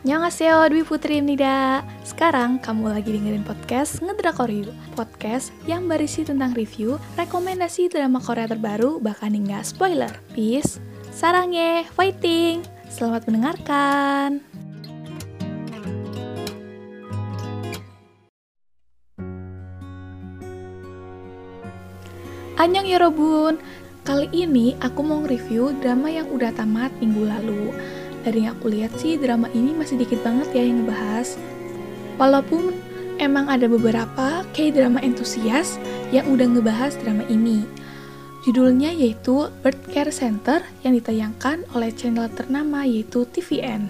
Annyeonghaseyo, Dwi Putri Nida. Sekarang kamu lagi dengerin podcast Ngedrakor podcast yang berisi tentang review, rekomendasi drama Korea terbaru, bahkan hingga spoiler. Peace, sarangye, fighting. Selamat mendengarkan. Annyeong yorobun. Kali ini aku mau nge-review drama yang udah tamat minggu lalu. Dari yang aku lihat sih, drama ini masih dikit banget ya yang ngebahas. Walaupun emang ada beberapa K-drama entusias yang udah ngebahas drama ini. Judulnya yaitu Birth Care Center yang ditayangkan oleh channel ternama yaitu TVN.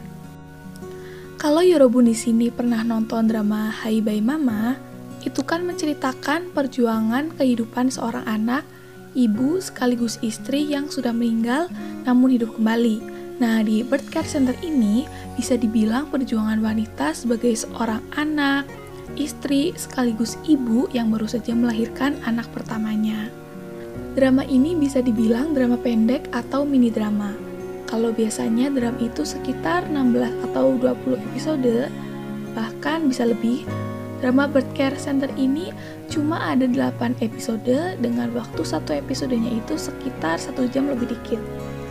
Kalau Yorobun di sini pernah nonton drama Hi Bye Mama, itu kan menceritakan perjuangan kehidupan seorang anak, ibu sekaligus istri yang sudah meninggal namun hidup kembali. Nah, di Birth Care Center ini bisa dibilang perjuangan wanita sebagai seorang anak, istri, sekaligus ibu yang baru saja melahirkan anak pertamanya. Drama ini bisa dibilang drama pendek atau mini drama. Kalau biasanya drama itu sekitar 16 atau 20 episode, bahkan bisa lebih. Drama Birth Care Center ini cuma ada 8 episode dengan waktu satu episodenya itu sekitar 1 jam lebih dikit.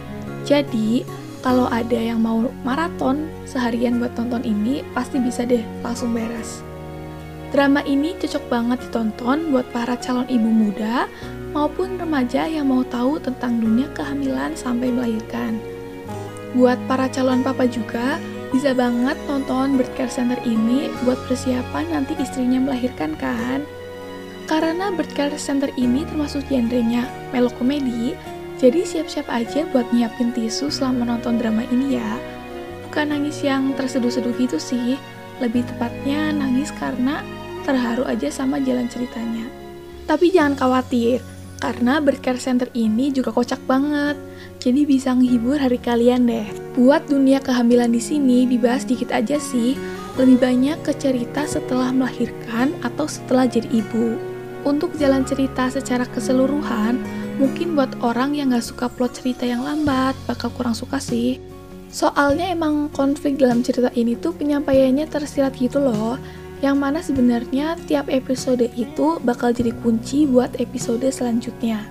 Jadi, kalau ada yang mau maraton seharian buat nonton ini, pasti bisa deh langsung beres. Drama ini cocok banget ditonton buat para calon ibu muda maupun remaja yang mau tahu tentang dunia kehamilan sampai melahirkan. Buat para calon papa juga, bisa banget nonton Birth Care Center ini buat persiapan nanti istrinya melahirkan kan? Karena Birth Care Center ini termasuk genrenya melokomedi, jadi siap-siap aja buat nyiapin tisu selama nonton drama ini ya. Bukan nangis yang terseduh-seduh gitu sih, lebih tepatnya nangis karena terharu aja sama jalan ceritanya. Tapi jangan khawatir, karena Birth Care Center ini juga kocak banget, jadi bisa menghibur hari kalian deh. Buat dunia kehamilan di sini dibahas dikit aja sih, lebih banyak ke cerita setelah melahirkan atau setelah jadi ibu. Untuk jalan cerita secara keseluruhan, mungkin buat orang yang gak suka plot cerita yang lambat, bakal kurang suka sih. Soalnya emang konflik dalam cerita ini tuh penyampaiannya tersirat gitu loh, yang mana sebenarnya tiap episode itu bakal jadi kunci buat episode selanjutnya.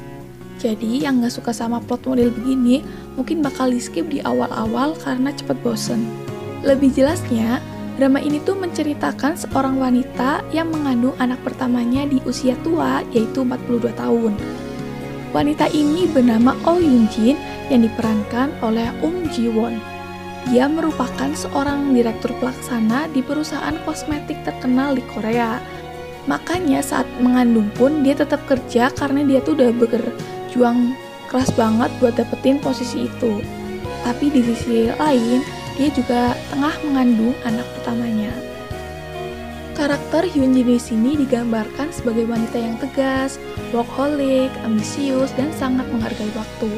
Jadi yang gak suka sama plot model begini, mungkin bakal di-skip di awal-awal karena cepet bosen. Lebih jelasnya, drama ini tuh menceritakan seorang wanita yang mengandung anak pertamanya di usia tua, yaitu 42 tahun. Wanita ini bernama Oh Yoon Jin yang diperankan oleh Ji Won. Dia merupakan seorang direktur pelaksana di perusahaan kosmetik terkenal di Korea. Makanya saat mengandung pun dia tetap kerja karena dia tuh udah berjuang keras banget buat dapetin posisi itu. Tapi di sisi lain, dia juga tengah mengandung anak pertamanya. Karakter Hyun Jin di sini digambarkan sebagai wanita yang tegas, workaholic, ambisius, dan sangat menghargai waktu.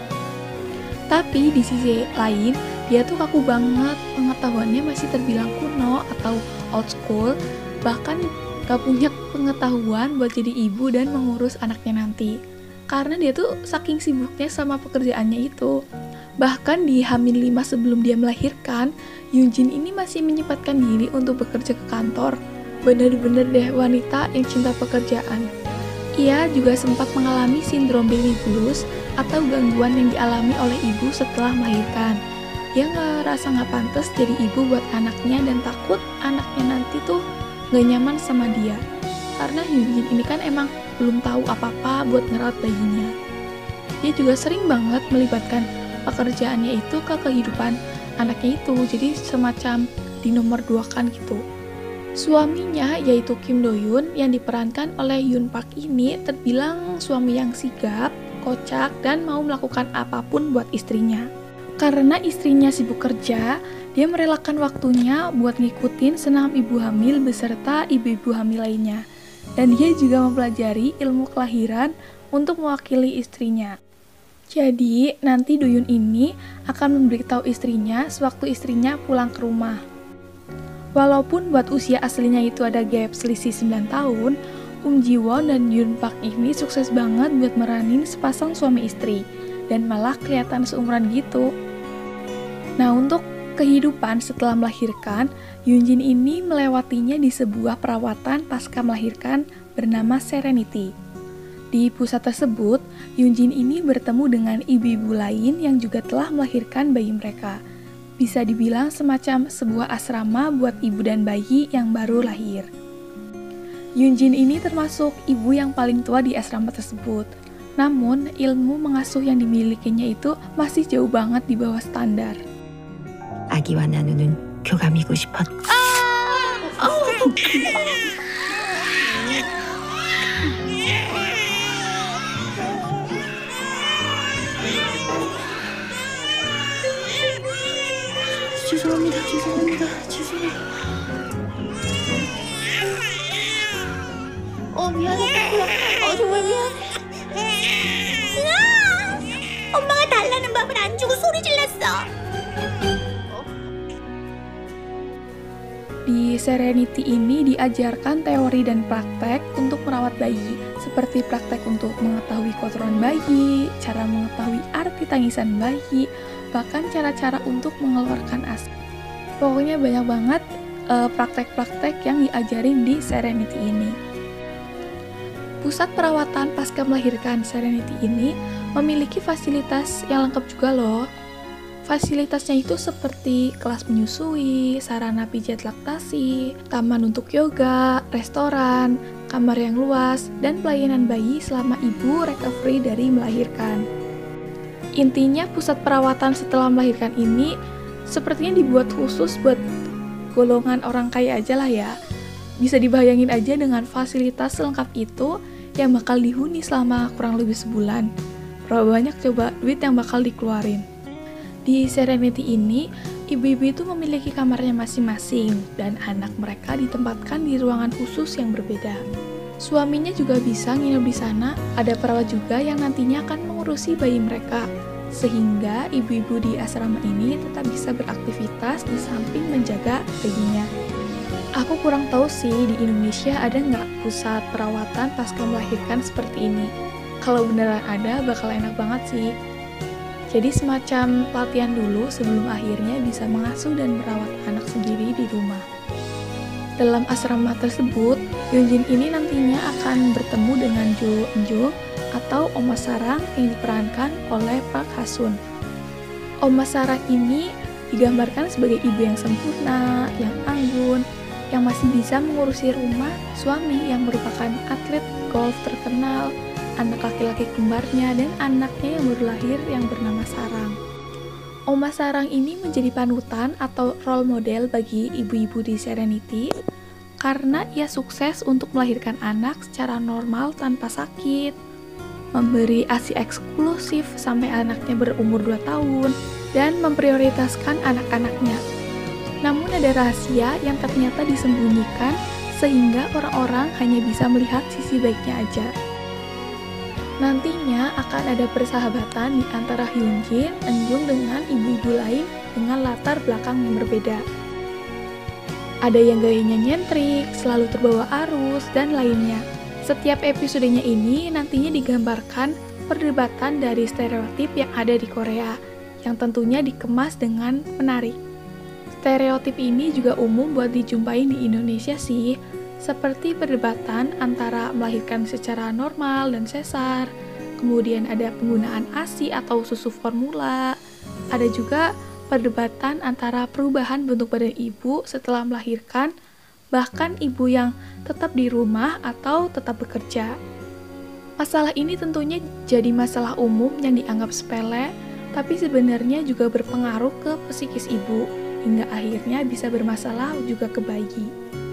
Tapi di sisi lain, dia tuh kaku banget, pengetahuannya masih terbilang kuno atau old school, bahkan gak punya pengetahuan buat jadi ibu dan mengurus anaknya nanti. Karena dia tuh saking sibuknya sama pekerjaannya itu. Bahkan di H-5 sebelum dia melahirkan, Yoon Jin ini masih menyempatkan diri untuk bekerja ke kantor. Bener-bener deh wanita yang cinta pekerjaan. Ia juga sempat mengalami sindrom baby blues atau gangguan yang dialami oleh ibu setelah melahirkan. Dia ngerasa gak pantas jadi ibu buat anaknya dan takut anaknya nanti tuh gak nyaman sama dia. Karena Hyun Jin ini kan emang belum tahu apa-apa buat ngerawat bayinya. Dia juga sering banget melibatkan pekerjaannya itu ke kehidupan anaknya itu, jadi semacam dinomor duakan gitu. Suaminya yaitu Kim Do Yoon yang diperankan oleh Yoon Park ini terbilang suami yang sigap, kocak, dan mau melakukan apapun buat istrinya. Karena istrinya sibuk kerja, dia merelakan waktunya buat ngikutin senam ibu hamil beserta ibu-ibu hamil lainnya. Dan dia juga mempelajari ilmu kelahiran untuk mewakili istrinya. Jadi, nanti Do Yoon ini akan memberitahu istrinya sewaktu istrinya pulang ke rumah. Walaupun buat usia aslinya itu ada gap selisih 9 tahun, Ji Won dan Yoon Park ini sukses banget buat meranin sepasang suami istri, dan malah kelihatan seumuran gitu. Nah, untuk kehidupan setelah melahirkan, Yunjin ini melewatinya di sebuah perawatan pasca melahirkan bernama Serenity. Di pusat tersebut, Yunjin ini bertemu dengan ibu-ibu lain yang juga telah melahirkan bayi mereka. Bisa dibilang semacam sebuah asrama buat ibu dan bayi yang baru lahir. Yunjin ini termasuk ibu yang paling tua di asrama tersebut. Namun, ilmu mengasuh yang dimilikinya itu masih jauh banget di bawah standar. 아기와 나누는 교감이고 싶었. 죄송합니다. 미안해. 정말 미안해. 엄마가 달라는 밥을 안 주고 소리 질렀어. Di Serenity ini diajarkan teori dan praktek untuk merawat bayi, seperti praktek untuk mengetahui kotoran bayi, cara mengetahui arti tangisan bayi, bahkan cara-cara untuk mengeluarkan ASI. Pokoknya banyak banget praktek-praktek yang diajarin di Serenity ini. Pusat perawatan pasca melahirkan Serenity ini memiliki fasilitas yang lengkap juga loh. Fasilitasnya itu seperti kelas menyusui, sarana pijat laktasi, taman untuk yoga, restoran, kamar yang luas, dan pelayanan bayi selama ibu recovery dari melahirkan. Intinya pusat perawatan setelah melahirkan ini sepertinya dibuat khusus buat golongan orang kaya aja lah ya. Bisa dibayangin aja dengan fasilitas selengkap itu yang bakal dihuni selama kurang lebih sebulan. Berapa banyak coba duit yang bakal dikeluarin. Di Serenity ini, ibu-ibu itu memiliki kamarnya masing-masing dan anak mereka ditempatkan di ruangan khusus yang berbeda. Suaminya juga bisa nginep di sana, ada perawat juga yang nantinya akan mengurusi bayi mereka, sehingga ibu-ibu di asrama ini tetap bisa beraktivitas di samping menjaga bayinya. Aku kurang tahu sih di Indonesia ada nggak pusat perawatan pasca melahirkan seperti ini. Kalau beneran ada, bakal enak banget sih. Jadi semacam pelatihan dulu sebelum akhirnya bisa mengasuh dan merawat anak sendiri di rumah. Dalam asrama tersebut, Yunjin ini nantinya akan bertemu dengan Jo Eun-jo atau Oma Sarang yang diperankan oleh Park Ha-sun. Oma Sarang ini digambarkan sebagai ibu yang sempurna, yang anggun, yang masih bisa mengurusi rumah, suami yang merupakan atlet golf terkenal, anak laki-laki kembarnya, dan anaknya yang baru lahir yang bernama Sarang. Oma Sarang ini menjadi panutan atau role model bagi ibu-ibu di Serenity karena ia sukses untuk melahirkan anak secara normal tanpa sakit, memberi ASI eksklusif sampai anaknya berumur 2 tahun, dan memprioritaskan anak-anaknya. Namun ada rahasia yang ternyata disembunyikan sehingga orang-orang hanya bisa melihat sisi baiknya aja. Nantinya akan ada persahabatan di antara Hyunjin, Eunjung dengan ibu-ibu lain dengan latar belakang yang berbeda. Ada yang gayanya nyentrik, selalu terbawa arus, dan lainnya. Setiap episodenya ini nantinya digambarkan perdebatan dari stereotip yang ada di Korea, yang tentunya dikemas dengan menarik. Stereotip ini juga umum buat dijumpai di Indonesia sih, seperti perdebatan antara melahirkan secara normal dan sesar, kemudian ada penggunaan ASI atau susu formula, ada juga perdebatan antara perubahan bentuk badan ibu setelah melahirkan, bahkan ibu yang tetap di rumah atau tetap bekerja. Masalah ini tentunya jadi masalah umum yang dianggap sepele, tapi sebenarnya juga berpengaruh ke psikis ibu, hingga akhirnya bisa bermasalah juga ke bayi.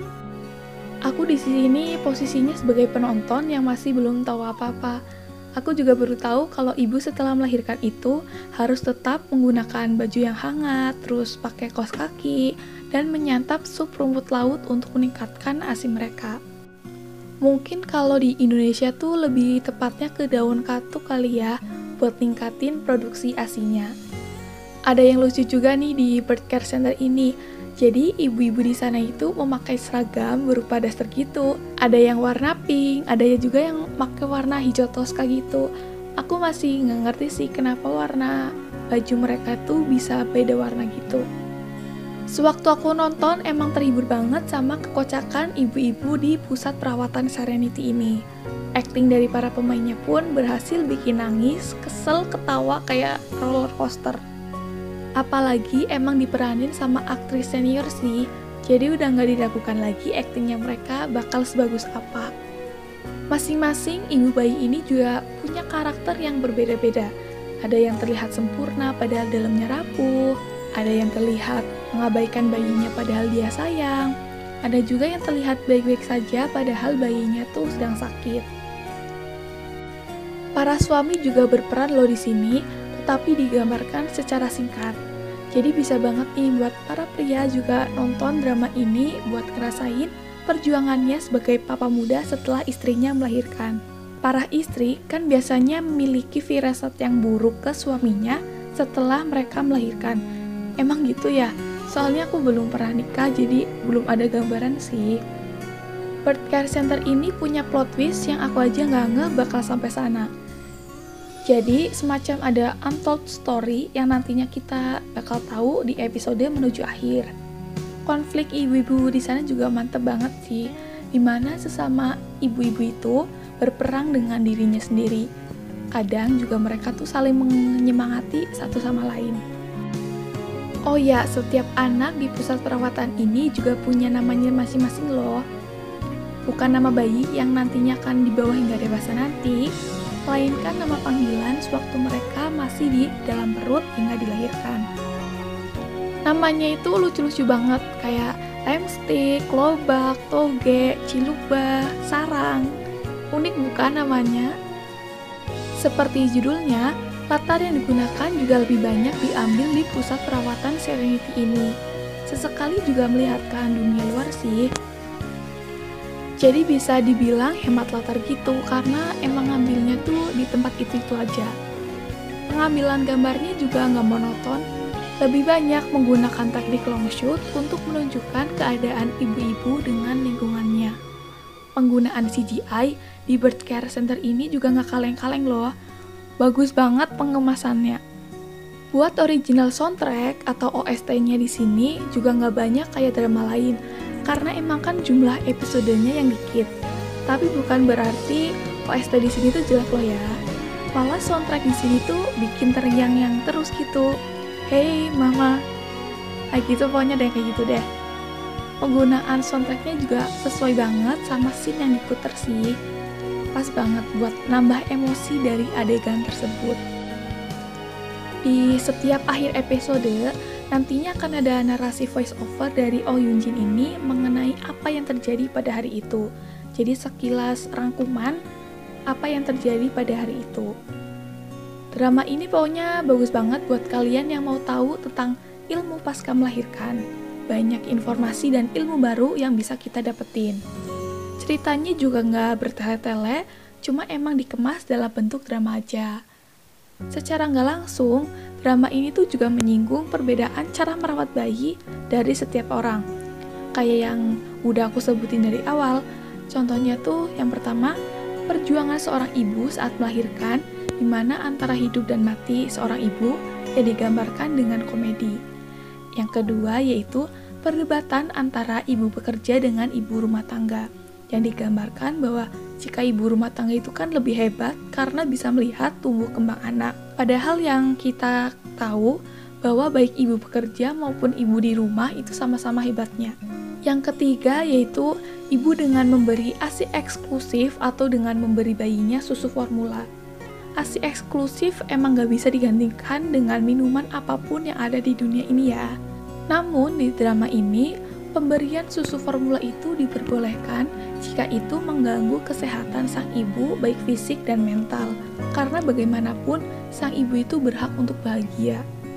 Aku di sini posisinya sebagai penonton yang masih belum tahu apa-apa. Aku juga baru tahu kalau ibu setelah melahirkan itu harus tetap menggunakan baju yang hangat, terus pakai kaos kaki, dan menyantap sup rumput laut untuk meningkatkan ASI mereka. Mungkin kalau di Indonesia tuh lebih tepatnya ke daun katuk kali ya, buat ningkatin produksi ASI-nya. Ada yang lucu juga nih di Birth Care Center ini. Jadi ibu-ibu di sana itu memakai seragam berupa daster gitu. Ada yang warna pink, ada juga yang pakai warna hijau toska gitu. Aku masih nggak ngerti sih kenapa warna baju mereka tuh bisa beda warna gitu. Sewaktu aku nonton emang terhibur banget sama kekocakan ibu-ibu di pusat perawatan Serenity ini. Acting dari para pemainnya pun berhasil bikin nangis, kesel, ketawa kayak roller coaster. Apalagi emang diperanin sama aktris senior sih, jadi udah nggak diragukan lagi actingnya mereka bakal sebagus apa. Masing-masing ibu bayi ini juga punya karakter yang berbeda-beda. Ada yang terlihat sempurna padahal dalamnya rapuh, ada yang terlihat mengabaikan bayinya padahal dia sayang, ada juga yang terlihat baik-baik saja padahal bayinya tuh sedang sakit. Para suami juga berperan loh di sini, tetapi digambarkan secara singkat. Jadi bisa banget nih buat para pria juga nonton drama ini buat ngerasain perjuangannya sebagai papa muda setelah istrinya melahirkan. Para istri kan biasanya memiliki firasat yang buruk ke suaminya setelah mereka melahirkan. Emang gitu ya? Soalnya aku belum pernah nikah, jadi belum ada gambaran sih. Birth Care Center ini punya plot twist yang aku aja nggak ngeh bakal sampai sana. Jadi semacam ada untold story yang nantinya kita bakal tahu di episode menuju akhir. Konflik ibu-ibu di sana juga mantep banget sih, dimana sesama ibu-ibu itu berperang dengan dirinya sendiri. Kadang juga mereka tuh saling menyemangati satu sama lain. Oh ya, setiap anak di pusat perawatan ini juga punya namanya masing-masing loh. Bukan nama bayi yang nantinya akan dibawa hingga dewasa nanti, melainkan nama panggilan sewaktu mereka masih di dalam perut hingga dilahirkan. Namanya itu lucu-lucu banget, kayak lemstick, lobak, toge, ciluba, sarang. Unik bukan namanya? Seperti judulnya, latar yang digunakan juga lebih banyak diambil di pusat perawatan Serenity ini. Sesekali juga melihatkan dunia luar sih. Jadi bisa dibilang hemat latar gitu, karena emang ngambilnya tuh di tempat itu aja. Pengambilan gambarnya juga nggak monoton, lebih banyak menggunakan teknik long shoot untuk menunjukkan keadaan ibu-ibu dengan lingkungannya. Penggunaan CGI di Birth Care Center ini juga nggak kaleng-kaleng loh. Bagus banget pengemasannya. Buat original soundtrack atau OST-nya di sini juga nggak banyak kayak drama lain, karena emang kan jumlah episodenya yang dikit. Tapi bukan berarti OST di sini tuh jelek loh ya. Malah soundtrack di sini tuh bikin terngiang-ngiang terus gitu. Hey mama, kayak gitu pokoknya deh, kayak gitu deh. Penggunaan soundtracknya juga sesuai banget sama scene yang diputer sih. Pas banget buat nambah emosi dari adegan tersebut. Di setiap akhir episode, nantinya akan ada narasi voice over dari Oh Yoon Jin ini mengenai apa yang terjadi pada hari itu. Jadi sekilas rangkuman apa yang terjadi pada hari itu. Drama ini pokoknya bagus banget buat kalian yang mau tahu tentang ilmu pasca melahirkan. Banyak informasi dan ilmu baru yang bisa kita dapetin. Ceritanya juga nggak bertele-tele, cuma emang dikemas dalam bentuk drama aja. Secara nggak langsung, drama ini tuh juga menyinggung perbedaan cara merawat bayi dari setiap orang. Kayak yang udah aku sebutin dari awal, contohnya tuh yang pertama, perjuangan seorang ibu saat melahirkan, di mana antara hidup dan mati seorang ibu yang digambarkan dengan komedi. Yang kedua yaitu perdebatan antara ibu bekerja dengan ibu rumah tangga, yang digambarkan bahwa jika ibu rumah tangga itu kan lebih hebat karena bisa melihat tumbuh kembang anak. Padahal yang kita tahu bahwa baik ibu bekerja maupun ibu di rumah itu sama-sama hebatnya. Yang ketiga yaitu ibu dengan memberi ASI eksklusif atau dengan memberi bayinya susu formula. ASI eksklusif emang gak bisa digantikan dengan minuman apapun yang ada di dunia ini ya. Namun di drama ini, pemberian susu formula itu diperbolehkan jika itu mengganggu kesehatan sang ibu baik fisik dan mental. Karena bagaimanapun, sang ibu itu berhak untuk bahagia.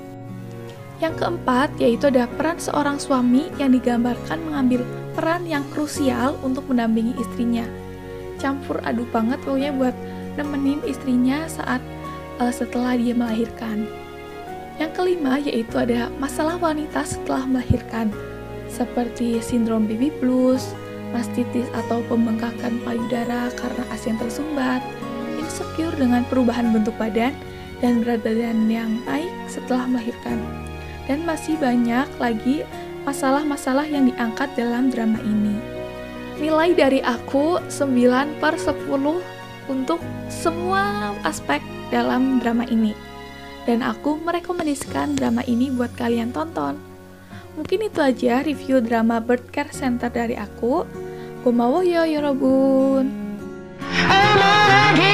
Yang keempat, yaitu ada peran seorang suami yang digambarkan mengambil peran yang krusial untuk mendampingi istrinya. Campur aduk banget pokoknya buat nemenin istrinya saat setelah dia melahirkan. Yang kelima, yaitu ada masalah wanita setelah melahirkan, seperti sindrom baby blues, mastitis atau pembengkakan payudara karena ASI yang tersumbat, insecure dengan perubahan bentuk badan, dan berat badan yang naik setelah melahirkan. Dan masih banyak lagi masalah-masalah yang diangkat dalam drama ini. Nilai dari aku 9/10 untuk semua aspek dalam drama ini. Dan aku merekomendasikan drama ini buat kalian tonton. Mungkin itu aja review drama Bird Care Center dari aku. Gomawo yo yorobun.